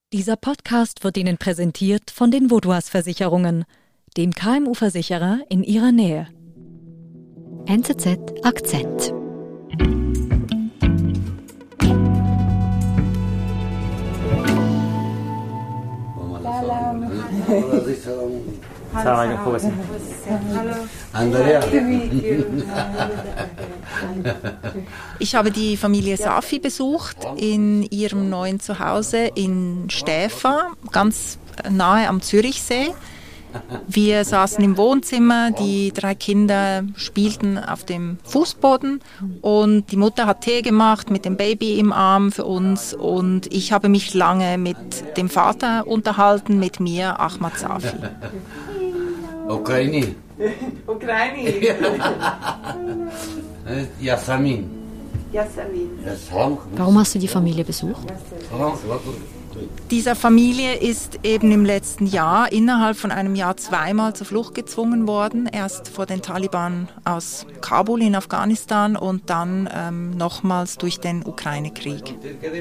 Dieser Podcast wird Ihnen präsentiert von den Vodouas Versicherungen, dem KMU-Versicherer in Ihrer Nähe. NZZ Akzent. Ich habe die Familie Safi besucht in ihrem neuen Zuhause in Stäfa, ganz nahe am Zürichsee. Wir saßen im Wohnzimmer, die 3 Kinder spielten auf dem Fußboden und die Mutter hat Tee gemacht mit dem Baby im Arm für uns und ich habe mich lange mit dem Vater unterhalten, mit mir, Ahmad Safi. Ukraini. Yasamin. Warum hast du die Familie besucht? Dieser Familie ist eben im letzten Jahr, innerhalb von einem Jahr, 2-mal zur Flucht gezwungen worden. Erst vor den Taliban aus Kabul in Afghanistan und dann nochmals durch den Ukraine-Krieg.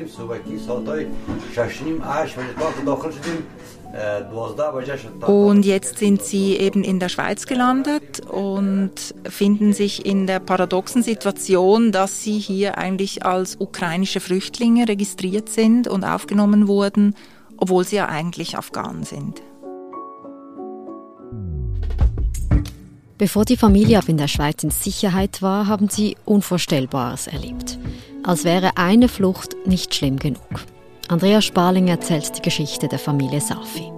Und jetzt sind sie eben in der Schweiz gelandet und finden sich in der paradoxen Situation, dass sie hier eigentlich als ukrainische Flüchtlinge registriert sind und aufgenommen wurden, obwohl sie ja eigentlich Afghanen sind. Bevor die Familie ab in der Schweiz in Sicherheit war, haben sie Unvorstellbares erlebt. Als wäre eine Flucht nicht schlimm genug. Andrea Sparling erzählt die Geschichte der Familie Safi.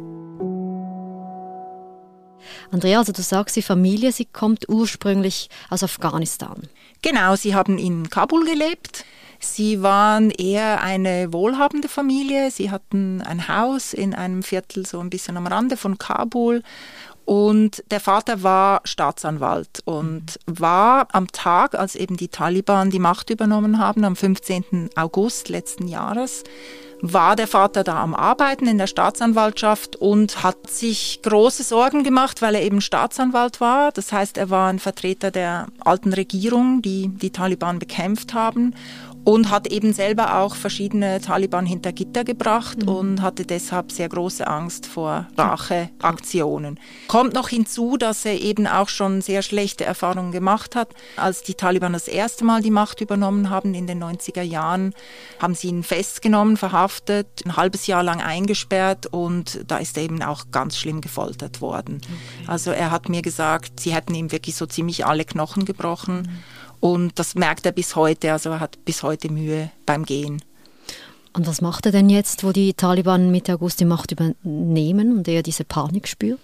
Andrea, also du sagst, die Familie, sie kommt ursprünglich aus Afghanistan. Genau, sie haben in Kabul gelebt. Sie waren eher eine wohlhabende Familie. Sie hatten ein Haus in einem Viertel so ein bisschen am Rande von Kabul. Und der Vater war Staatsanwalt und war am Tag, als eben die Taliban die Macht übernommen haben, am 15. August letzten Jahres, war der Vater da am Arbeiten in der Staatsanwaltschaft und hat sich große Sorgen gemacht, weil er eben Staatsanwalt war. Das heißt, er war ein Vertreter der alten Regierung, die die Taliban bekämpft haben. Und hat eben selber auch verschiedene Taliban hinter Gitter gebracht und hatte deshalb sehr große Angst vor Racheaktionen. Kommt noch hinzu, dass er eben auch schon sehr schlechte Erfahrungen gemacht hat. Als die Taliban das erste Mal die Macht übernommen haben in den 90er Jahren, haben sie ihn festgenommen, verhaftet, ein halbes Jahr lang eingesperrt und da ist er eben auch ganz schlimm gefoltert worden. Okay. Also er hat mir gesagt, sie hätten ihm wirklich so ziemlich alle Knochen gebrochen. Und das merkt er bis heute, also er hat bis heute Mühe beim Gehen. Und was macht er denn jetzt, wo die Taliban Mitte August die Macht übernehmen und er diese Panik spürt?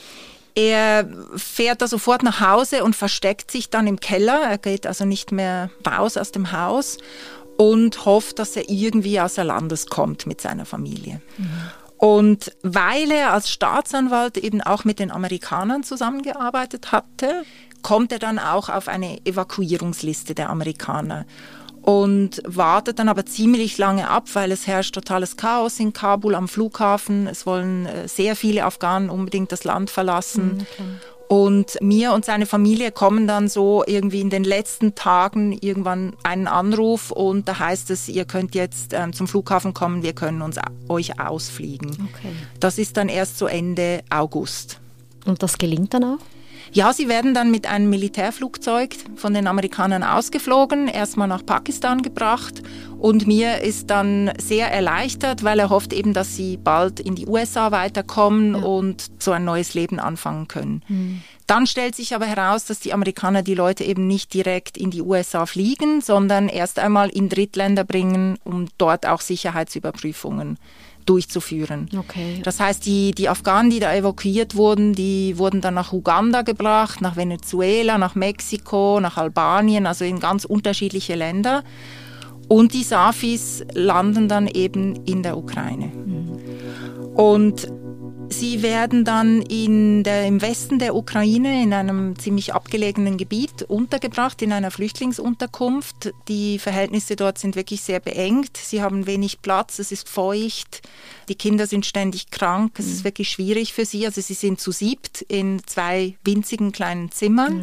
Er fährt da sofort nach Hause und versteckt sich dann im Keller. Er geht also nicht mehr raus aus dem Haus und hofft, dass er irgendwie außer Landes kommt mit seiner Familie. Und weil er als Staatsanwalt eben auch mit den Amerikanern zusammengearbeitet hatte, kommt er dann auch auf eine Evakuierungsliste der Amerikaner und wartet dann aber ziemlich lange ab, weil es herrscht totales Chaos in Kabul am Flughafen. Es wollen sehr viele Afghanen unbedingt das Land verlassen. Okay. Und mir und seine Familie kommen dann so irgendwie in den letzten Tagen irgendwann einen Anruf und da heißt es, ihr könnt jetzt zum Flughafen kommen, wir können euch ausfliegen. Okay. Das ist dann erst so Ende August. Und das gelingt dann auch? Ja, sie werden dann mit einem Militärflugzeug von den Amerikanern ausgeflogen, erstmal nach Pakistan gebracht und mir ist dann sehr erleichtert, weil er hofft eben, dass sie bald in die USA weiterkommen und so ein neues Leben anfangen können. Dann stellt sich aber heraus, dass die Amerikaner die Leute eben nicht direkt in die USA fliegen, sondern erst einmal in Drittländer bringen, um dort auch Sicherheitsüberprüfungen durchzuführen. Okay. Das heißt, die Afghanen, die da evakuiert wurden, die wurden dann nach Uganda gebracht, nach Venezuela, nach Mexiko, nach Albanien, also in ganz unterschiedliche Länder. Und die Safis landen dann eben in der Ukraine. Und sie werden dann im Westen der Ukraine in einem ziemlich abgelegenen Gebiet untergebracht, in einer Flüchtlingsunterkunft. Die Verhältnisse dort sind wirklich sehr beengt. Sie haben wenig Platz, es ist feucht, die Kinder sind ständig krank, es ist wirklich schwierig für sie. Also sie sind zu 7 in 2 winzigen kleinen Zimmern.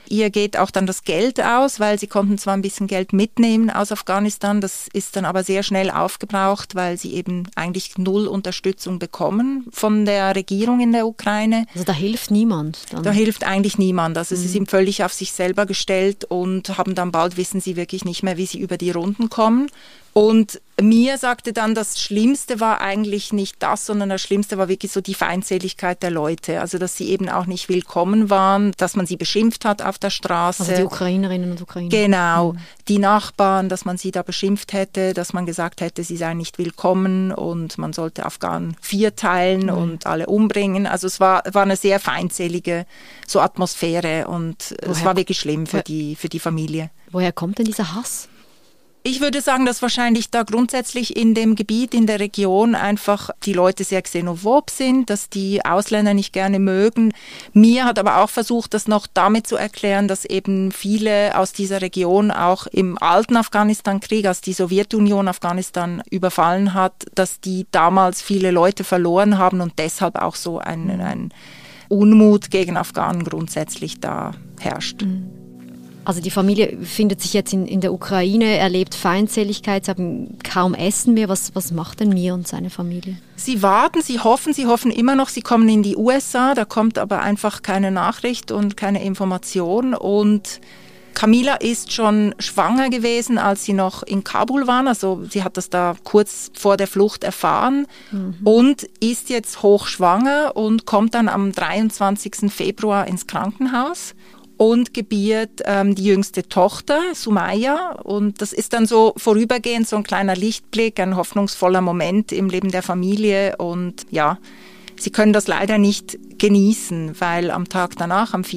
Ihr geht auch dann das Geld aus, weil sie konnten zwar ein bisschen Geld mitnehmen aus Afghanistan, das ist dann aber sehr schnell aufgebraucht, weil sie eben eigentlich null Unterstützung bekommen von der Regierung in der Ukraine. Also da hilft niemand dann? Da hilft eigentlich niemand. Also sie sind völlig auf sich selber gestellt und haben dann bald, wissen sie wirklich nicht mehr, wie sie über die Runden kommen. Und mir sagte dann, das Schlimmste war eigentlich nicht das, sondern das Schlimmste war wirklich so die Feindseligkeit der Leute. Also dass sie eben auch nicht willkommen waren, dass man sie beschimpft hat auf der Straße. Also die Ukrainerinnen und Ukrainer. Genau, die Nachbarn, dass man sie da beschimpft hätte, dass man gesagt hätte, sie seien nicht willkommen und man sollte Afghanen vierteilen und alle umbringen. Also es war eine sehr feindselige so Atmosphäre und es war wirklich schlimm für die Familie. Woher kommt denn dieser Hass? Ich würde sagen, dass wahrscheinlich da grundsätzlich in dem Gebiet, in der Region einfach die Leute sehr xenophob sind, dass die Ausländer nicht gerne mögen. Mir hat aber auch versucht, das noch damit zu erklären, dass eben viele aus dieser Region auch im alten Afghanistan-Krieg, als die Sowjetunion Afghanistan überfallen hat, dass die damals viele Leute verloren haben und deshalb auch so ein Unmut gegen Afghanen grundsätzlich da herrscht. Also die Familie befindet sich jetzt in der Ukraine, erlebt Feindseligkeit, sie haben kaum Essen mehr. Was macht denn Mir und seine Familie? Sie warten, sie hoffen immer noch, sie kommen in die USA, da kommt aber einfach keine Nachricht und keine Information. Und Camilla ist schon schwanger gewesen, als sie noch in Kabul waren, also sie hat das da kurz vor der Flucht erfahren und ist jetzt hochschwanger und kommt dann am 23. Februar ins Krankenhaus. Und gebiert die jüngste Tochter, Sumaya. Und das ist dann so vorübergehend so ein kleiner Lichtblick, ein hoffnungsvoller Moment im Leben der Familie. Und ja, sie können das leider nicht genießen, weil am Tag danach, am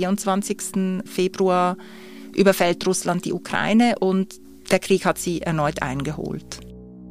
24. Februar, überfällt Russland die Ukraine und der Krieg hat sie erneut eingeholt.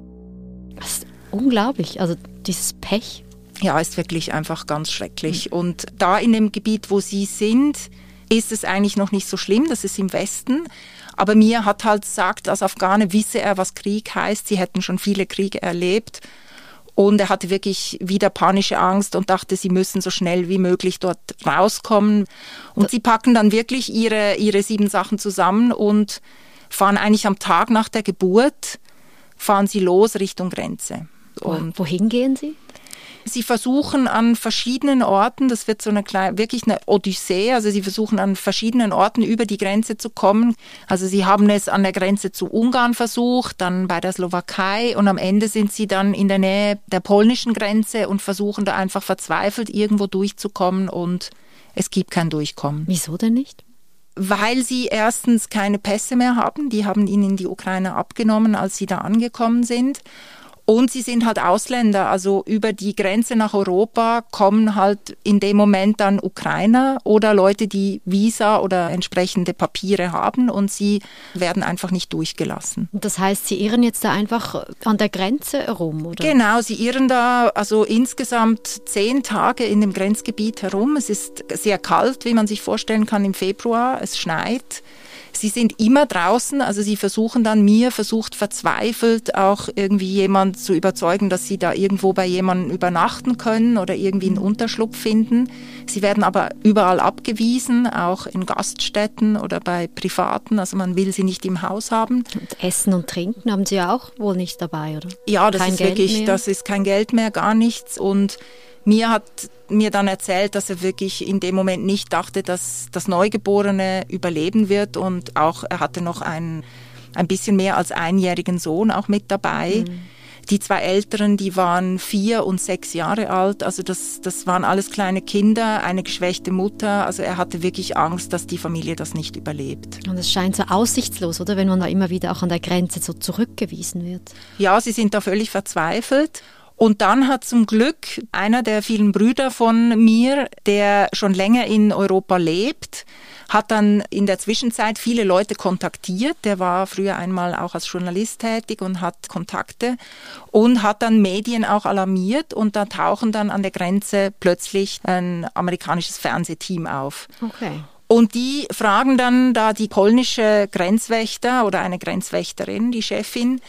Das ist unglaublich, also dieses Pech. Ja, ist wirklich einfach ganz schrecklich. Und da in dem Gebiet, wo sie sind, ist es eigentlich noch nicht so schlimm, das ist im Westen. Aber Mir hat halt gesagt, als Afghane wisse er, was Krieg heißt. Sie hätten schon viele Kriege erlebt. Und er hatte wirklich wieder panische Angst und dachte, sie müssen so schnell wie möglich dort rauskommen. Und sie packen dann wirklich ihre 7 Sachen zusammen und fahren eigentlich am Tag nach der Geburt, fahren sie los Richtung Grenze. Und wohin gehen Sie? Sie versuchen an verschiedenen Orten, das wird so wirklich eine Odyssee, also sie versuchen an verschiedenen Orten über die Grenze zu kommen. Also sie haben es an der Grenze zu Ungarn versucht, dann bei der Slowakei und am Ende sind sie dann in der Nähe der polnischen Grenze und versuchen da einfach verzweifelt irgendwo durchzukommen und es gibt kein Durchkommen. Wieso denn nicht? Weil sie erstens keine Pässe mehr haben, die haben ihnen die Ukrainer abgenommen, als sie da angekommen sind. Und sie sind halt Ausländer, also über die Grenze nach Europa kommen halt in dem Moment dann Ukrainer oder Leute, die Visa oder entsprechende Papiere haben und sie werden einfach nicht durchgelassen. Das heißt, Sie irren jetzt da einfach an der Grenze herum, oder? Genau, sie irren da also insgesamt 10 Tage in dem Grenzgebiet herum. Es ist sehr kalt, wie man sich vorstellen kann im Februar, es schneit. Sie sind immer draußen, also sie Mir versucht verzweifelt auch irgendwie jemand zu überzeugen, dass sie da irgendwo bei jemandem übernachten können oder irgendwie einen Unterschlupf finden. Sie werden aber überall abgewiesen, auch in Gaststätten oder bei Privaten, also man will sie nicht im Haus haben. Und Essen und Trinken haben Sie ja auch wohl nicht dabei, oder? Ja, das ist kein Geld mehr, gar nichts und Mir hat mir dann erzählt, dass er wirklich in dem Moment nicht dachte, dass das Neugeborene überleben wird und auch er hatte noch ein bisschen mehr als einjährigen Sohn auch mit dabei. Die 2 Älteren, die waren 4 und 6 Jahre alt, also das waren alles kleine Kinder, eine geschwächte Mutter, also er hatte wirklich Angst, dass die Familie das nicht überlebt. Und es scheint so aussichtslos, oder, wenn man da immer wieder auch an der Grenze so zurückgewiesen wird? Ja, sie sind da völlig verzweifelt. Und dann hat zum Glück einer der vielen Brüder von Mir, der schon länger in Europa lebt, hat dann in der Zwischenzeit viele Leute kontaktiert. Der war früher einmal auch als Journalist tätig und hat Kontakte und hat dann Medien auch alarmiert und da tauchen dann an der Grenze plötzlich ein amerikanisches Fernsehteam auf. Okay. Und die fragen dann da die polnische Grenzwächter oder eine Grenzwächterin, die Chefin,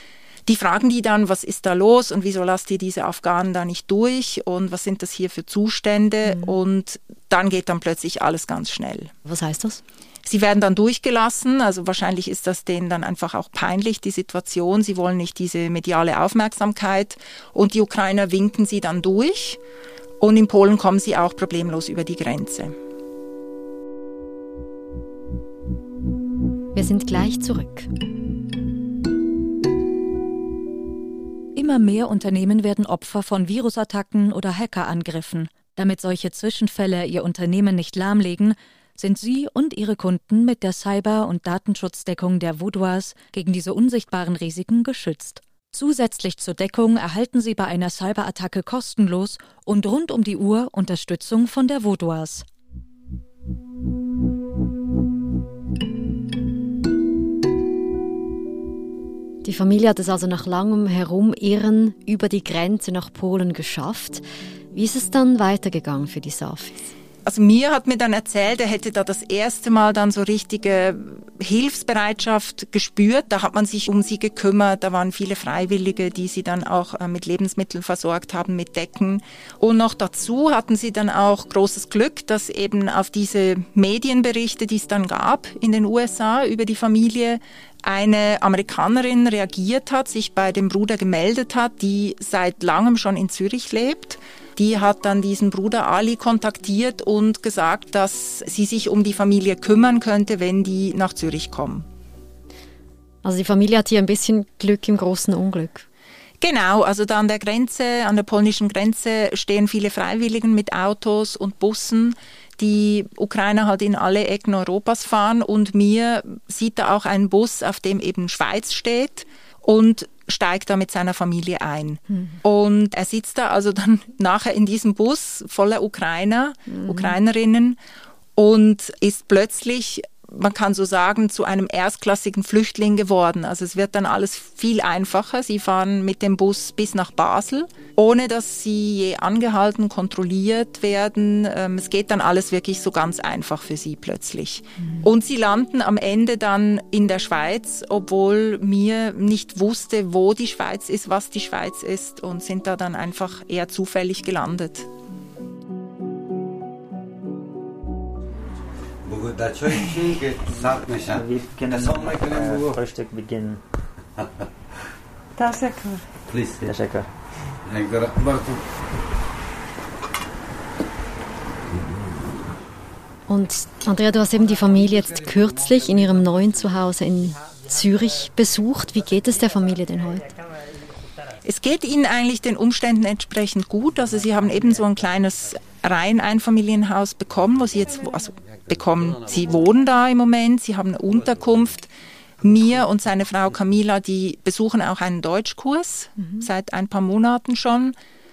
Die fragen die dann, was ist da los und wieso lasst ihr diese Afghanen da nicht durch und was sind das hier für Zustände? Und dann geht dann plötzlich alles ganz schnell. Was heißt das? Sie werden dann durchgelassen, also wahrscheinlich ist das denen dann einfach auch peinlich, die Situation. Sie wollen nicht diese mediale Aufmerksamkeit und die Ukrainer winken sie dann durch und in Polen kommen sie auch problemlos über die Grenze. Wir sind gleich zurück. Immer mehr Unternehmen werden Opfer von Virusattacken oder Hackerangriffen. Damit solche Zwischenfälle ihr Unternehmen nicht lahmlegen, sind Sie und Ihre Kunden mit der Cyber- und Datenschutzdeckung der Vaudoise gegen diese unsichtbaren Risiken geschützt. Zusätzlich zur Deckung erhalten Sie bei einer Cyberattacke kostenlos und rund um die Uhr Unterstützung von der Vaudoise. Die Familie hat es also nach langem Herumirren über die Grenze nach Polen geschafft. Wie ist es dann weitergegangen für die Safis? Also mir hat mir dann erzählt, er hätte da das erste Mal dann so richtige Hilfsbereitschaft gespürt. Da hat man sich um sie gekümmert. Da waren viele Freiwillige, die sie dann auch mit Lebensmitteln versorgt haben, mit Decken. Und noch dazu hatten sie dann auch großes Glück, dass eben auf diese Medienberichte, die es dann gab in den USA über die Familie, eine Amerikanerin reagiert hat, sich bei dem Bruder gemeldet hat, die seit langem schon in Zürich lebt. Die hat dann diesen Bruder Ali kontaktiert und gesagt, dass sie sich um die Familie kümmern könnte, wenn die nach Zürich kommen. Also die Familie hat hier ein bisschen Glück im großen Unglück. Genau, also da an der Grenze, an der polnischen Grenze stehen viele Freiwilligen mit Autos und Bussen, die Ukrainer halt in alle Ecken Europas fahren und mir sieht da auch ein Bus, auf dem eben Schweiz steht und steigt da mit seiner Familie ein. Und er sitzt da also dann nachher in diesem Bus voller Ukrainer, Ukrainerinnen und ist plötzlich, man kann so sagen, zu einem erstklassigen Flüchtling geworden. Also es wird dann alles viel einfacher. Sie fahren mit dem Bus bis nach Basel, ohne dass sie je angehalten, kontrolliert werden. Es geht dann alles wirklich so ganz einfach für sie plötzlich. Und sie landen am Ende dann in der Schweiz, obwohl mir nicht wusste, wo die Schweiz ist, was die Schweiz ist und sind da dann einfach eher zufällig gelandet. Wir können Frühstück beginnen. Teşekkür. Please. Teşekkür. Und Andrea, du hast eben die Familie jetzt kürzlich in ihrem neuen Zuhause in Zürich besucht. Wie geht es der Familie denn heute? Es geht ihnen eigentlich den Umständen entsprechend gut. Also sie haben eben so ein kleines Reiheneinfamilienhaus bekommen, wo sie jetzt, sie wohnen da im Moment, sie haben eine Unterkunft. Mir und seine Frau Camilla, die besuchen auch einen Deutschkurs seit ein paar Monaten schon.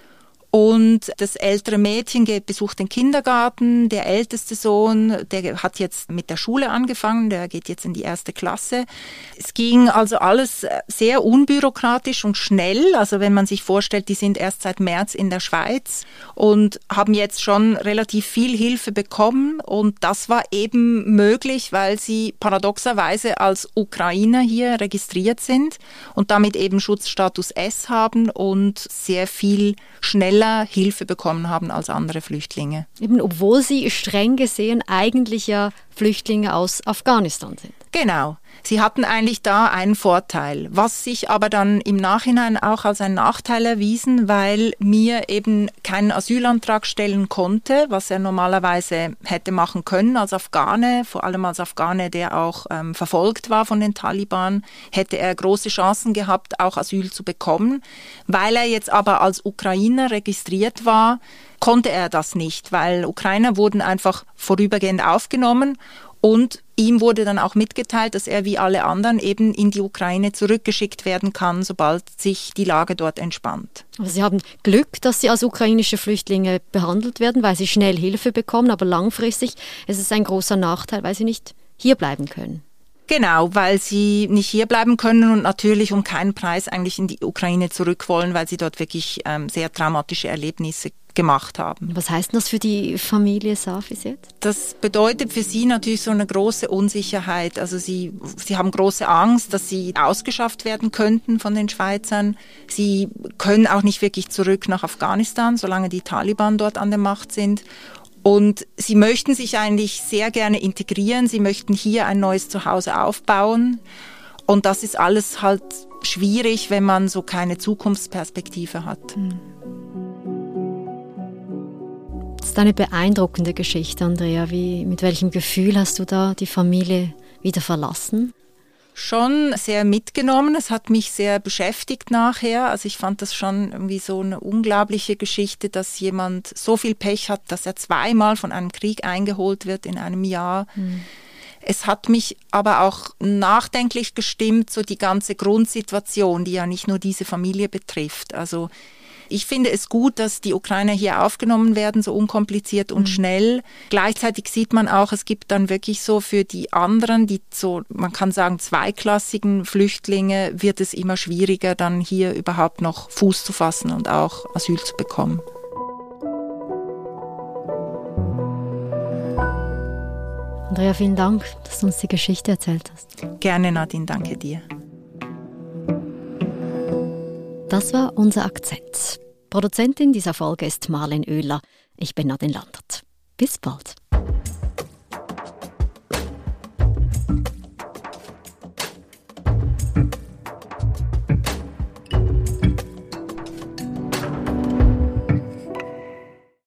Und das ältere Mädchen besucht den Kindergarten. Der älteste Sohn, der hat jetzt mit der Schule angefangen, der geht jetzt in die 1. Klasse. Es ging also alles sehr unbürokratisch und schnell. Also wenn man sich vorstellt, die sind erst seit März in der Schweiz und haben jetzt schon relativ viel Hilfe bekommen. Und das war eben möglich, weil sie paradoxerweise als Ukrainer hier registriert sind und damit eben Schutzstatus S haben und sehr viel schneller Hilfe bekommen haben als andere Flüchtlinge. Eben obwohl sie streng gesehen eigentlich ja Flüchtlinge aus Afghanistan sind. Genau. Sie hatten eigentlich da einen Vorteil, was sich aber dann im Nachhinein auch als ein Nachteil erwiesen, weil mir eben keinen Asylantrag stellen konnte, was er normalerweise hätte machen können als Afghane, vor allem als Afghane, der auch verfolgt war von den Taliban, hätte er große Chancen gehabt, auch Asyl zu bekommen. Weil er jetzt aber als Ukrainer registriert war, konnte er das nicht, weil Ukrainer wurden einfach vorübergehend aufgenommen. Und ihm wurde dann auch mitgeteilt, dass er wie alle anderen eben in die Ukraine zurückgeschickt werden kann, sobald sich die Lage dort entspannt. Also Sie haben Glück, dass Sie als ukrainische Flüchtlinge behandelt werden, weil Sie schnell Hilfe bekommen, aber langfristig ist es ein großer Nachteil, weil Sie nicht hier bleiben können. Genau, weil sie nicht hier bleiben können und natürlich um keinen Preis eigentlich in die Ukraine zurück wollen, weil sie dort wirklich sehr traumatische Erlebnisse gemacht haben. Was heißt das für die Familie Safis jetzt? Das bedeutet für sie natürlich so eine große Unsicherheit. Also sie haben große Angst, dass sie ausgeschafft werden könnten von den Schweizern. Sie können auch nicht wirklich zurück nach Afghanistan, solange die Taliban dort an der Macht sind. Und sie möchten sich eigentlich sehr gerne integrieren. Sie möchten hier ein neues Zuhause aufbauen. Und das ist alles halt schwierig, wenn man so keine Zukunftsperspektive hat. Das ist eine beeindruckende Geschichte, Andrea. Mit welchem Gefühl hast du da die Familie wieder verlassen? Schon sehr mitgenommen. Es hat mich sehr beschäftigt nachher. Also ich fand das schon irgendwie so eine unglaubliche Geschichte, dass jemand so viel Pech hat, dass er zweimal von einem Krieg eingeholt wird in einem Jahr. Es hat mich aber auch nachdenklich gestimmt, so die ganze Grundsituation, die ja nicht nur diese Familie betrifft. Also ich finde es gut, dass die Ukrainer hier aufgenommen werden, so unkompliziert und schnell. Gleichzeitig sieht man auch, es gibt dann wirklich so für die anderen, die so, man kann sagen, zweiklassigen Flüchtlinge, wird es immer schwieriger, dann hier überhaupt noch Fuß zu fassen und auch Asyl zu bekommen. Andrea, vielen Dank, dass du uns die Geschichte erzählt hast. Gerne, Nadine, danke dir. Das war unser Akzent. Produzentin dieser Folge ist Marlen Oehler. Ich bin Nadine Landert. Bis bald.